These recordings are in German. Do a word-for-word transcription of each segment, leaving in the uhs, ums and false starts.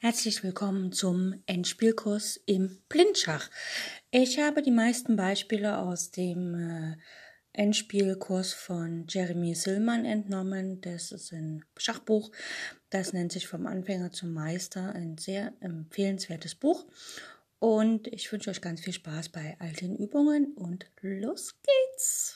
Herzlich willkommen zum Endspielkurs im Blindschach. Ich habe die meisten Beispiele aus dem äh, Endspielkurs von Jeremy Silman entnommen. Das ist ein Schachbuch, das nennt sich Vom Anfänger zum Meister, ein sehr empfehlenswertes Buch. Und ich wünsche euch ganz viel Spaß bei all den Übungen und los geht's!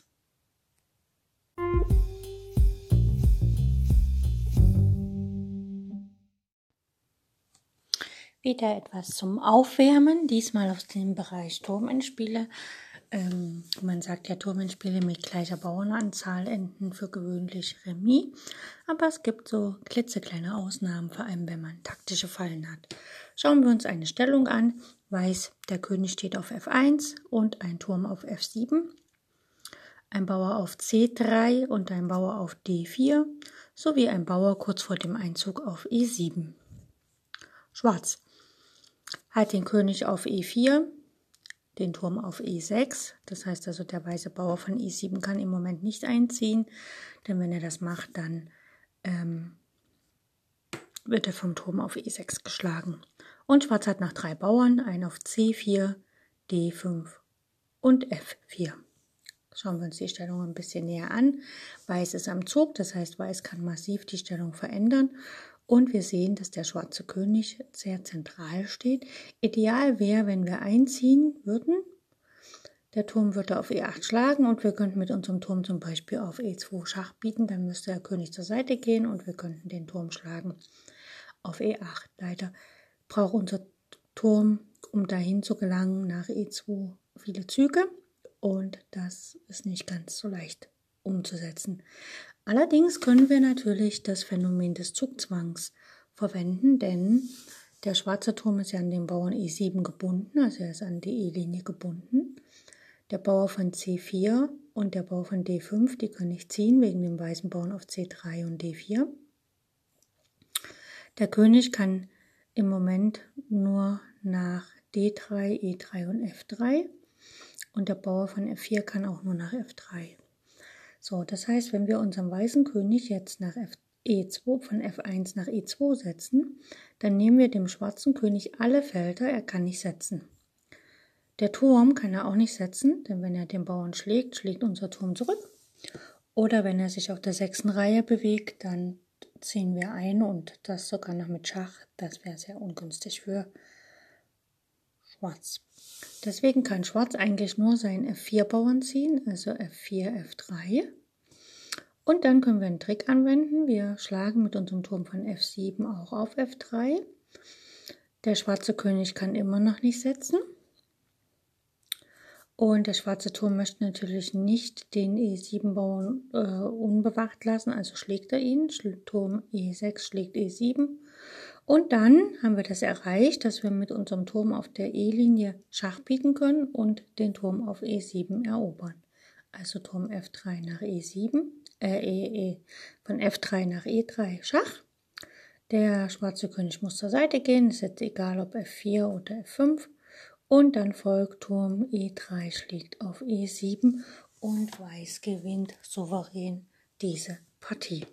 Wieder etwas zum Aufwärmen, diesmal aus dem Bereich Turmendspiele. Ähm, man sagt ja, Turmendspiele mit gleicher Bauernanzahl enden für gewöhnlich Remis. Aber es gibt so klitzekleine Ausnahmen, vor allem wenn man taktische Fallen hat. Schauen wir uns eine Stellung an. Weiß, der König steht auf F eins und ein Turm auf F sieben. Ein Bauer auf C drei und ein Bauer auf D vier, sowie ein Bauer kurz vor dem Einzug auf E sieben. Schwarz hat den König auf E vier, den Turm auf E sechs, das heißt also der weiße Bauer von E sieben kann im Moment nicht einziehen, denn wenn er das macht, dann ähm, wird er vom Turm auf E sechs geschlagen. Und Schwarz hat noch drei Bauern, einen auf C vier, D fünf und F vier. Schauen wir uns die Stellung ein bisschen näher an. Weiß ist am Zug, das heißt Weiß kann massiv die Stellung verändern. Und wir sehen, dass der schwarze König sehr zentral steht. Ideal wäre, wenn wir einziehen würden. Der Turm würde auf E acht schlagen und wir könnten mit unserem Turm zum Beispiel auf E zwei Schach bieten. Dann müsste der König zur Seite gehen und wir könnten den Turm schlagen auf E acht. Leider braucht unser Turm, um dahin zu gelangen, nach E zwei viele Züge. Und das ist nicht ganz so leicht umzusetzen. Allerdings können wir natürlich das Phänomen des Zugzwangs verwenden, denn der schwarze Turm ist ja an den Bauern E sieben gebunden, also er ist an die E-Linie gebunden. Der Bauer von C vier und der Bauer von D fünf, die können nicht ziehen, wegen dem weißen Bauern auf C drei und D vier. Der König kann im Moment nur nach D drei, E drei und F drei. Und der Bauer von F vier kann auch nur nach F drei. So, das heißt, wenn wir unseren weißen König jetzt nach F, E zwei, von F eins nach E zwei setzen, dann nehmen wir dem schwarzen König alle Felder, er kann nicht setzen. Der Turm kann er auch nicht setzen, denn wenn er den Bauern schlägt, schlägt unser Turm zurück. Oder wenn er sich auf der sechsten Reihe bewegt, dann ziehen wir ein und das sogar noch mit Schach. Das wäre sehr ungünstig für Schwarz. Deswegen kann Schwarz eigentlich nur seinen F vier Bauern ziehen, also F vier, F drei. Und dann können wir einen Trick anwenden. Wir schlagen mit unserem Turm von F sieben auch auf F drei. Der schwarze König kann immer noch nicht setzen. Und der schwarze Turm möchte natürlich nicht den E sieben Bauern äh, unbewacht lassen, also schlägt er ihn. Turm E sechs schlägt E sieben. Und dann haben wir das erreicht, dass wir mit unserem Turm auf der E-Linie Schach bieten können und den Turm auf E sieben erobern. Also Turm F drei nach E sieben, äh, E, E, von F drei nach E drei Schach. Der schwarze König muss zur Seite gehen, ist jetzt egal ob F vier oder F fünf. Und dann folgt Turm E drei schlägt auf E sieben und Weiß gewinnt souverän diese Partie.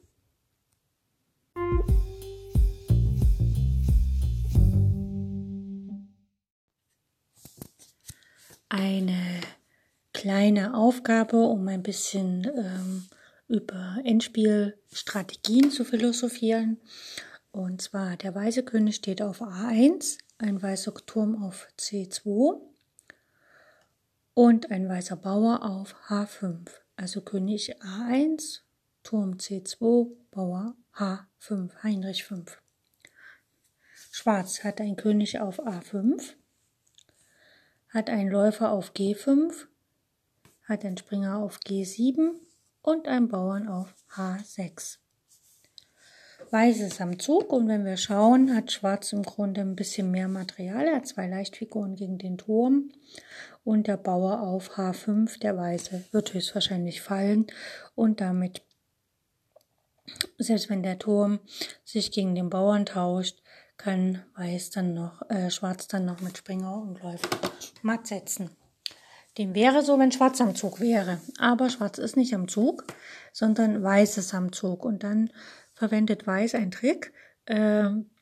Eine kleine Aufgabe, um ein bisschen ähm, über Endspielstrategien zu philosophieren. Und zwar, der weiße König steht auf A eins, ein weißer Turm auf C zwei und ein weißer Bauer auf H fünf. Also König A eins, Turm C zwei, Bauer H fünf, Heinrich fünf. Schwarz hat einen König auf A fünf, hat einen Läufer auf G fünf, hat einen Springer auf G sieben und einen Bauern auf H sechs. Weiß ist am Zug und wenn wir schauen, hat Schwarz im Grunde ein bisschen mehr Material. Er hat zwei Leichtfiguren gegen den Turm und der Bauer auf H fünf, der Weiße, wird höchstwahrscheinlich fallen und damit, selbst wenn der Turm sich gegen den Bauern tauscht, kann Weiß dann noch, äh, Schwarz dann noch mit Springer und Läufer matt setzen. Dem wäre so, wenn Schwarz am Zug wäre. Aber Schwarz ist nicht am Zug, sondern Weiß ist am Zug. Und dann verwendet Weiß einen Trick. Äh,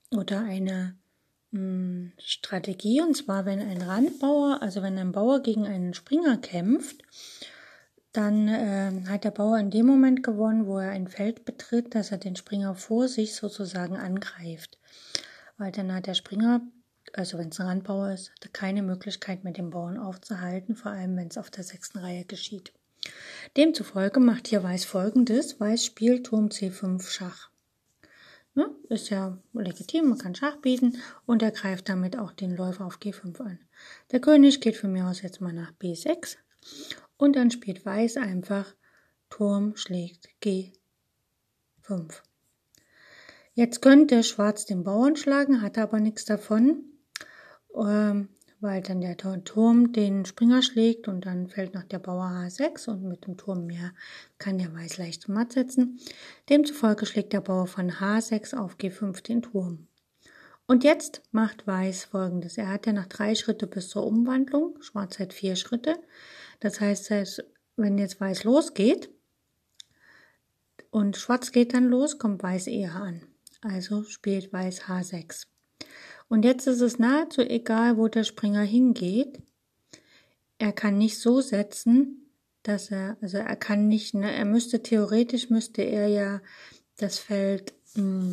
oder eine mh, Strategie, und zwar wenn ein Randbauer, also wenn ein Bauer gegen einen Springer kämpft, dann äh, hat der Bauer in dem Moment gewonnen, wo er ein Feld betritt, dass er den Springer vor sich sozusagen angreift. Weil dann hat der Springer, also wenn es ein Randbauer ist, keine Möglichkeit mehr den Bauern aufzuhalten, vor allem wenn es auf der sechsten Reihe geschieht. Demzufolge macht hier Weiß Folgendes: Weiß spielt Turm C fünf Schach. Ne? Ist ja legitim, man kann Schach bieten und er greift damit auch den Läufer auf G fünf an. Der König geht von mir aus jetzt mal nach B sechs und dann spielt Weiß einfach Turm schlägt G fünf. Jetzt könnte Schwarz den Bauern schlagen, hat aber nichts davon, ähm, weil dann der Turm den Springer schlägt und dann fällt noch der Bauer H sechs und mit dem Turm mehr kann der Weiß leicht matt setzen. Demzufolge schlägt der Bauer von H sechs auf G fünf den Turm. Und jetzt macht Weiß Folgendes: Er hat ja noch drei Schritte bis zur Umwandlung, Schwarz hat vier Schritte. Das heißt, wenn jetzt Weiß losgeht und Schwarz geht dann los, kommt Weiß eher an. Also spielt Weiß H sechs. Und jetzt ist es nahezu egal, wo der Springer hingeht. Er kann nicht so setzen, dass er, also er kann nicht, ne, er müsste, theoretisch müsste er ja das Feld mh,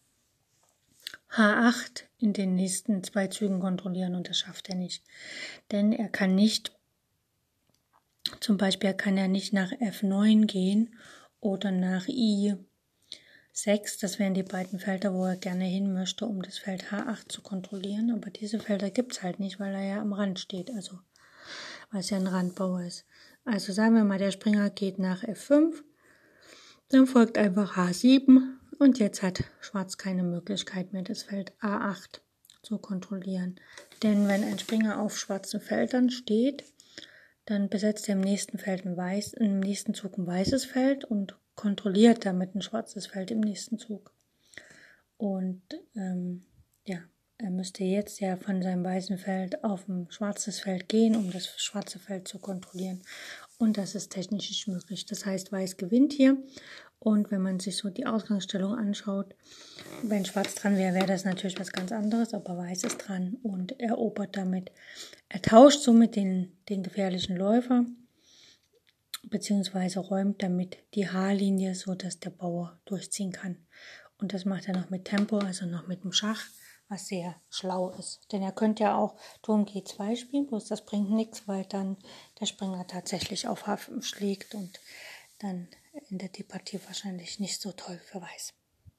H acht in den nächsten zwei Zügen kontrollieren und das schafft er nicht. Denn er kann nicht, zum Beispiel kann er nicht nach F neun gehen oder nach I sechs, das wären die beiden Felder, wo er gerne hin möchte, um das Feld H acht zu kontrollieren. Aber diese Felder gibt es halt nicht, weil er ja am Rand steht, also weil es ja ein Randbauer ist. Also sagen wir mal, der Springer geht nach F fünf, dann folgt einfach H sieben und jetzt hat Schwarz keine Möglichkeit mehr, das Feld A acht zu kontrollieren. Denn wenn ein Springer auf schwarzen Feldern steht, dann besetzt er im nächsten Feld ein Weiß, im nächsten Zug ein weißes Feld und kontrolliert damit ein schwarzes Feld im nächsten Zug. Und ähm, ja, er müsste jetzt ja von seinem weißen Feld auf ein schwarzes Feld gehen, um das schwarze Feld zu kontrollieren. Und das ist technisch nicht möglich. Das heißt, Weiß gewinnt hier. Und wenn man sich so die Ausgangsstellung anschaut, wenn Schwarz dran wäre, wäre das natürlich was ganz anderes, aber Weiß ist dran und erobert damit. Er tauscht somit den, den gefährlichen Läufer, beziehungsweise räumt damit die H-Linie, so dass der Bauer durchziehen kann. Und das macht er noch mit Tempo, also noch mit dem Schach, was sehr schlau ist. Denn er könnte ja auch Turm G zwei spielen, bloß das bringt nichts, weil dann der Springer tatsächlich auf H fünf schlägt und dann endet die Partie wahrscheinlich nicht so toll für Weiß.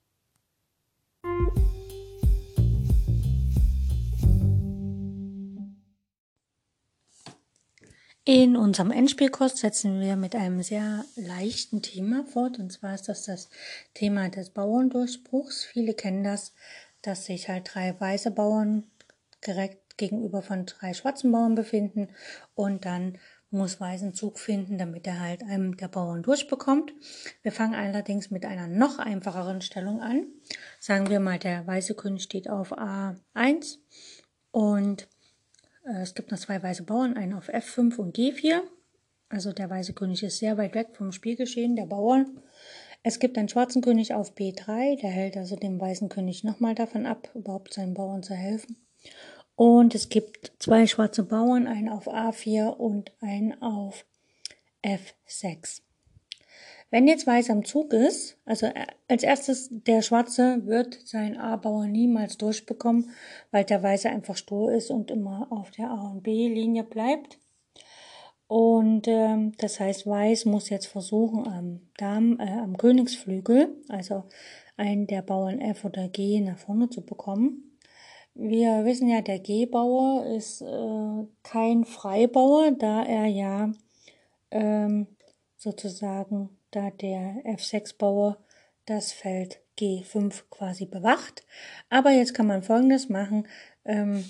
In unserem Endspielkurs setzen wir mit einem sehr leichten Thema fort, und zwar ist das das Thema des Bauerndurchbruchs. Viele kennen das, dass sich halt drei weiße Bauern direkt gegenüber von drei schwarzen Bauern befinden und dann muss Weiß einen Zug finden, damit er halt einem der Bauern durchbekommt. Wir fangen allerdings mit einer noch einfacheren Stellung an. Sagen wir mal, der weiße König steht auf A eins und es gibt noch zwei weiße Bauern, einen auf F fünf und G vier. Also der weiße König ist sehr weit weg vom Spielgeschehen der Bauern. Es gibt einen schwarzen König auf B drei, der hält also dem weißen König nochmal davon ab, überhaupt seinen Bauern zu helfen. Und es gibt zwei schwarze Bauern, einen auf A vier und einen auf F sechs. Wenn jetzt Weiß am Zug ist, also als erstes, der Schwarze wird seinen A-Bauer niemals durchbekommen, weil der Weiße einfach stur ist und immer auf der A- und B-Linie bleibt. Und ähm, das heißt, Weiß muss jetzt versuchen, am, Damen, äh, am Königsflügel, also einen der Bauern F oder G, nach vorne zu bekommen. Wir wissen ja, der G-Bauer ist äh, kein Freibauer, da er ja ähm, sozusagen, da der F sechs Bauer das Feld G fünf quasi bewacht. Aber jetzt kann man Folgendes machen: ähm,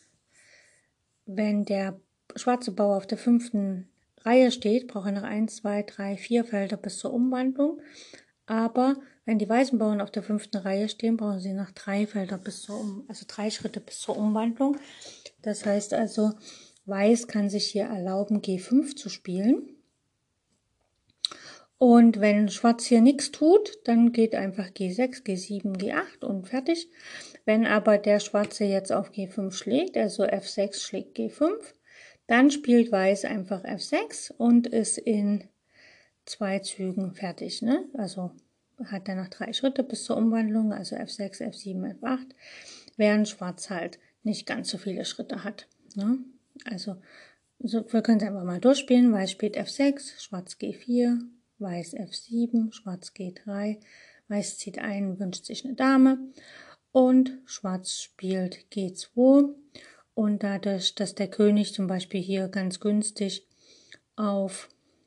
Wenn der schwarze Bauer auf der fünften Reihe steht, braucht er noch eins, zwei, drei, vier Felder bis zur Umwandlung. Aber wenn die weißen Bauern auf der fünften Reihe stehen, brauchen sie noch drei Felder bis zur um, also drei Schritte bis zur Umwandlung. Das heißt also, Weiß kann sich hier erlauben, G fünf zu spielen. Und wenn Schwarz hier nichts tut, dann geht einfach G sechs, G sieben, G acht und fertig. Wenn aber der Schwarze jetzt auf G fünf schlägt, also F sechs schlägt G fünf, dann spielt Weiß einfach F sechs und ist in zwei Zügen fertig, ne? Also hat er noch drei Schritte bis zur Umwandlung, also F sechs, F sieben, F acht, während Schwarz halt nicht ganz so viele Schritte hat, ne? Also so, wir können es einfach mal durchspielen. Weiß spielt F sechs, Schwarz G vier, Weiß F sieben, Schwarz G drei, Weiß zieht ein, wünscht sich eine Dame und Schwarz spielt G zwei. Und dadurch, dass der König zum Beispiel hier ganz günstig auf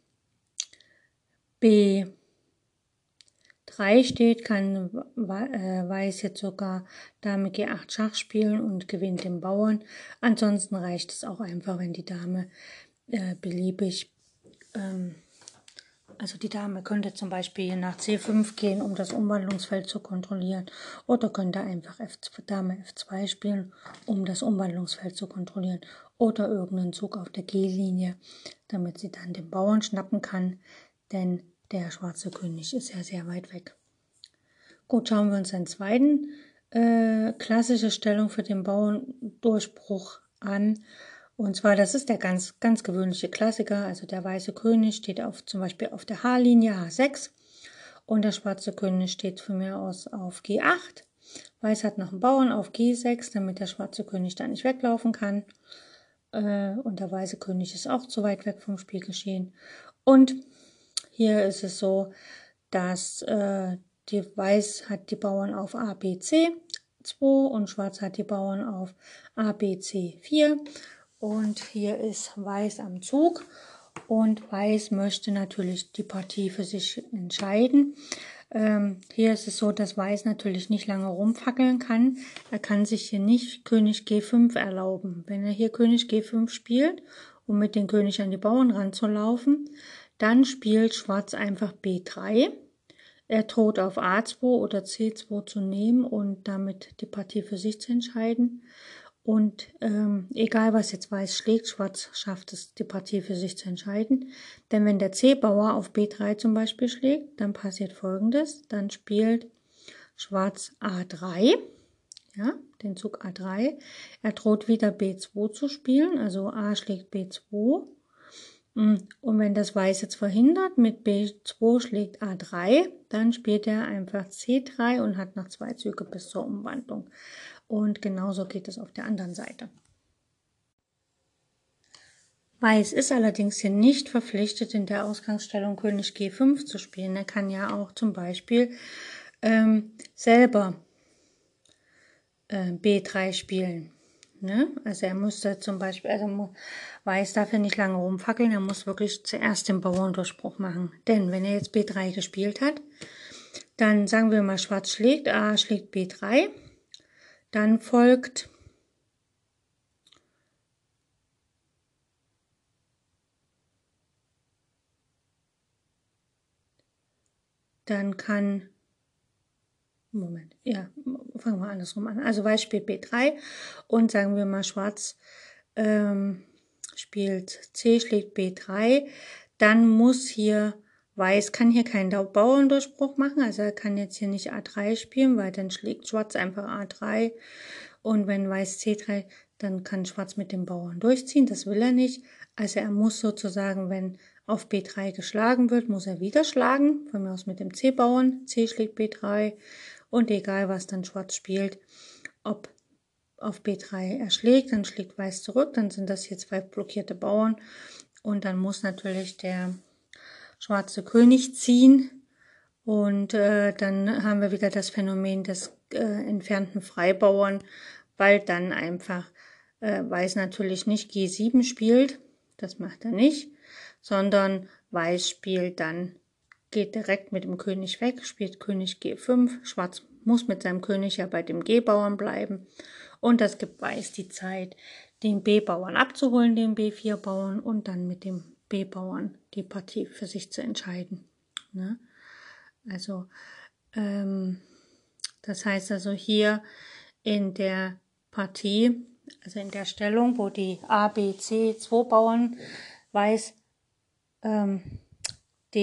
B drei steht, kann Weiß jetzt sogar Dame G acht Schach spielen und gewinnt den Bauern. Ansonsten reicht es auch einfach, wenn die Dame äh, beliebig, ähm, also die Dame könnte zum Beispiel nach C fünf gehen, um das Umwandlungsfeld zu kontrollieren, oder könnte einfach F zwei, Dame F zwei spielen, um das Umwandlungsfeld zu kontrollieren, oder irgendeinen Zug auf der G-Linie, damit sie dann den Bauern schnappen kann, denn der schwarze König ist ja sehr weit weg. Gut, schauen wir uns einen zweiten äh, klassische Stellung für den Bauerndurchbruch an. Und zwar, das ist der ganz, ganz gewöhnliche Klassiker. Also der weiße König steht auf, zum Beispiel auf der H-Linie H sechs und der schwarze König steht von mir aus auf G acht. Weiß hat noch einen Bauern auf G sechs, damit der schwarze König da nicht weglaufen kann. Äh, und der weiße König ist auch zu weit weg vom Spielgeschehen. Und hier ist es so, dass äh, die Weiß hat die Bauern auf A, B, C zwei und Schwarz hat die Bauern auf A, B, C vier. Und hier ist Weiß am Zug und Weiß möchte natürlich die Partie für sich entscheiden. Ähm, hier ist es so, dass Weiß natürlich nicht lange rumfackeln kann. Er kann sich hier nicht König G fünf erlauben. Wenn er hier König G fünf spielt, um mit dem König an die Bauern ranzulaufen, dann spielt Schwarz einfach B drei. Er droht auf A zwei oder C zwei zu nehmen und damit die Partie für sich zu entscheiden. Und ähm, egal, was jetzt Weiß schlägt, Schwarz schafft es, die Partie für sich zu entscheiden. Denn wenn der C-Bauer auf B drei zum Beispiel schlägt, dann passiert Folgendes. Dann spielt Schwarz A drei, ja, den Zug A drei. Er droht wieder B zwei zu spielen, also A schlägt B zwei. Und wenn das Weiß jetzt verhindert, mit B zwei schlägt A drei, dann spielt er einfach C drei und hat noch zwei Züge bis zur Umwandlung. Und genauso geht es auf der anderen Seite. Weiß ist allerdings hier nicht verpflichtet, in der Ausgangsstellung König G fünf zu spielen. Er kann ja auch zum Beispiel ähm, selber äh, B drei spielen. Ne? Also er musste zum Beispiel, also Weiß darf ja nicht lange rumfackeln, er muss wirklich zuerst den Bauerndurchbruch machen. Denn wenn er jetzt B drei gespielt hat, dann sagen wir mal, Schwarz schlägt, A schlägt B drei, dann folgt dann kann, Moment, ja, fangen wir andersrum an. Also Weiß spielt B drei und sagen wir mal, Schwarz ähm, spielt C, schlägt B drei, dann muss hier Weiß, kann hier keinen Bauerndurchbruch machen, also er kann jetzt hier nicht A drei spielen, weil dann schlägt Schwarz einfach A drei und wenn Weiß C drei, dann kann Schwarz mit dem Bauern durchziehen, das will er nicht. Also er muss sozusagen, wenn auf B drei geschlagen wird, muss er wieder schlagen, von mir aus mit dem C-Bauern, C schlägt B drei und egal was dann Schwarz spielt, ob auf B drei er schlägt, dann schlägt Weiß zurück, dann sind das hier zwei blockierte Bauern und dann muss natürlich der schwarze König ziehen und äh, dann haben wir wieder das Phänomen des äh, entfernten Freibauern, weil dann einfach äh, Weiß natürlich nicht G sieben spielt, das macht er nicht, sondern Weiß spielt dann, geht direkt mit dem König weg, spielt König G fünf, Schwarz muss mit seinem König ja bei dem G-Bauern bleiben und das gibt Weiß die Zeit, den B-Bauern abzuholen, den B vier Bauern und dann mit dem B-Bauern die Partie für sich zu entscheiden. Ne? Also ähm, das heißt also hier in der Partie, also in der Stellung, wo die A, B, C, zwei Bauern Weiß ähm, den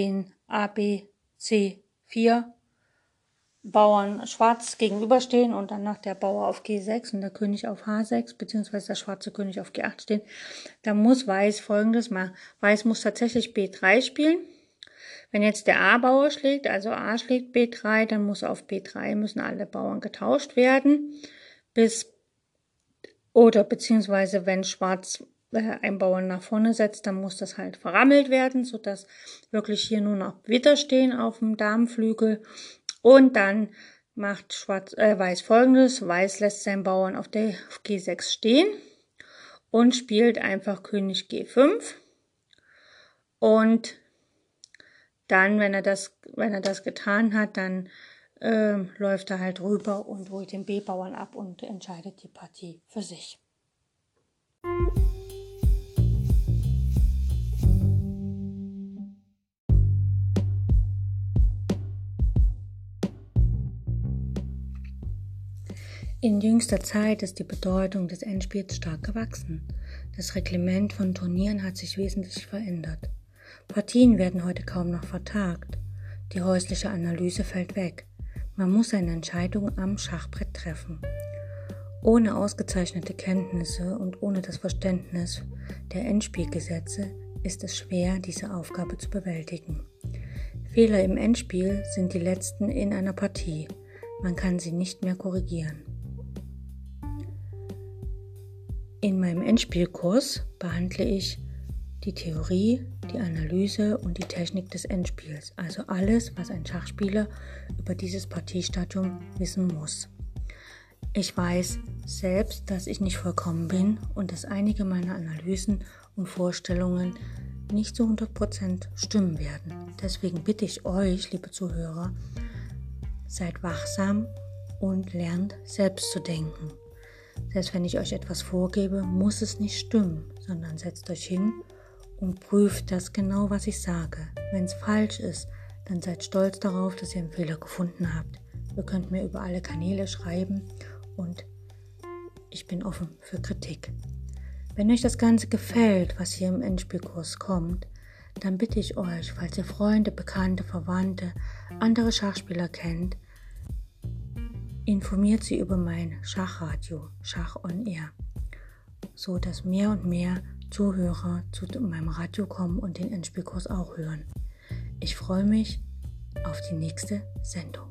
A, B, C, vier Bauern schwarz gegenüberstehen und dann nach der Bauer auf G sechs und der König auf H sechs beziehungsweise der schwarze König auf G acht stehen, dann muss Weiß Folgendes machen. Weiß muss tatsächlich B drei spielen. Wenn jetzt der A-Bauer schlägt, also A schlägt B drei, dann muss auf B drei müssen alle Bauern getauscht werden, bis oder beziehungsweise wenn Schwarz äh, einen Bauern nach vorne setzt, dann muss das halt verrammelt werden, sodass wirklich hier nur noch Witter stehen auf dem Damenflügel. Und dann macht Schwarz, äh, Weiß Folgendes. Weiß lässt seinen Bauern auf der auf G sechs stehen und spielt einfach König G fünf. Und dann, wenn er das, wenn er das getan hat, dann äh, läuft er halt rüber und holt den B-Bauern ab und entscheidet die Partie für sich. In jüngster Zeit ist die Bedeutung des Endspiels stark gewachsen. Das Reglement von Turnieren hat sich wesentlich verändert. Partien werden heute kaum noch vertagt. Die häusliche Analyse fällt weg. Man muss seine Entscheidung am Schachbrett treffen. Ohne ausgezeichnete Kenntnisse und ohne das Verständnis der Endspielgesetze ist es schwer, diese Aufgabe zu bewältigen. Fehler im Endspiel sind die letzten in einer Partie. Man kann sie nicht mehr korrigieren. In meinem Endspielkurs behandle ich die Theorie, die Analyse und die Technik des Endspiels, also alles, was ein Schachspieler über dieses Partiestadium wissen muss. Ich weiß selbst, dass ich nicht vollkommen bin und dass einige meiner Analysen und Vorstellungen nicht zu hundert Prozent stimmen werden. Deswegen bitte ich euch, liebe Zuhörer, seid wachsam und lernt selbst zu denken. Selbst wenn ich euch etwas vorgebe, muss es nicht stimmen, sondern setzt euch hin und prüft das genau, was ich sage. Wenn es falsch ist, dann seid stolz darauf, dass ihr einen Fehler gefunden habt. Ihr könnt mir über alle Kanäle schreiben und ich bin offen für Kritik. Wenn euch das Ganze gefällt, was hier im Endspielkurs kommt, dann bitte ich euch, falls ihr Freunde, Bekannte, Verwandte, andere Schachspieler kennt, informiert sie über mein Schachradio, Schach on Air, so dass mehr und mehr Zuhörer zu meinem Radio kommen und den Endspielkurs auch hören. Ich freue mich auf die nächste Sendung.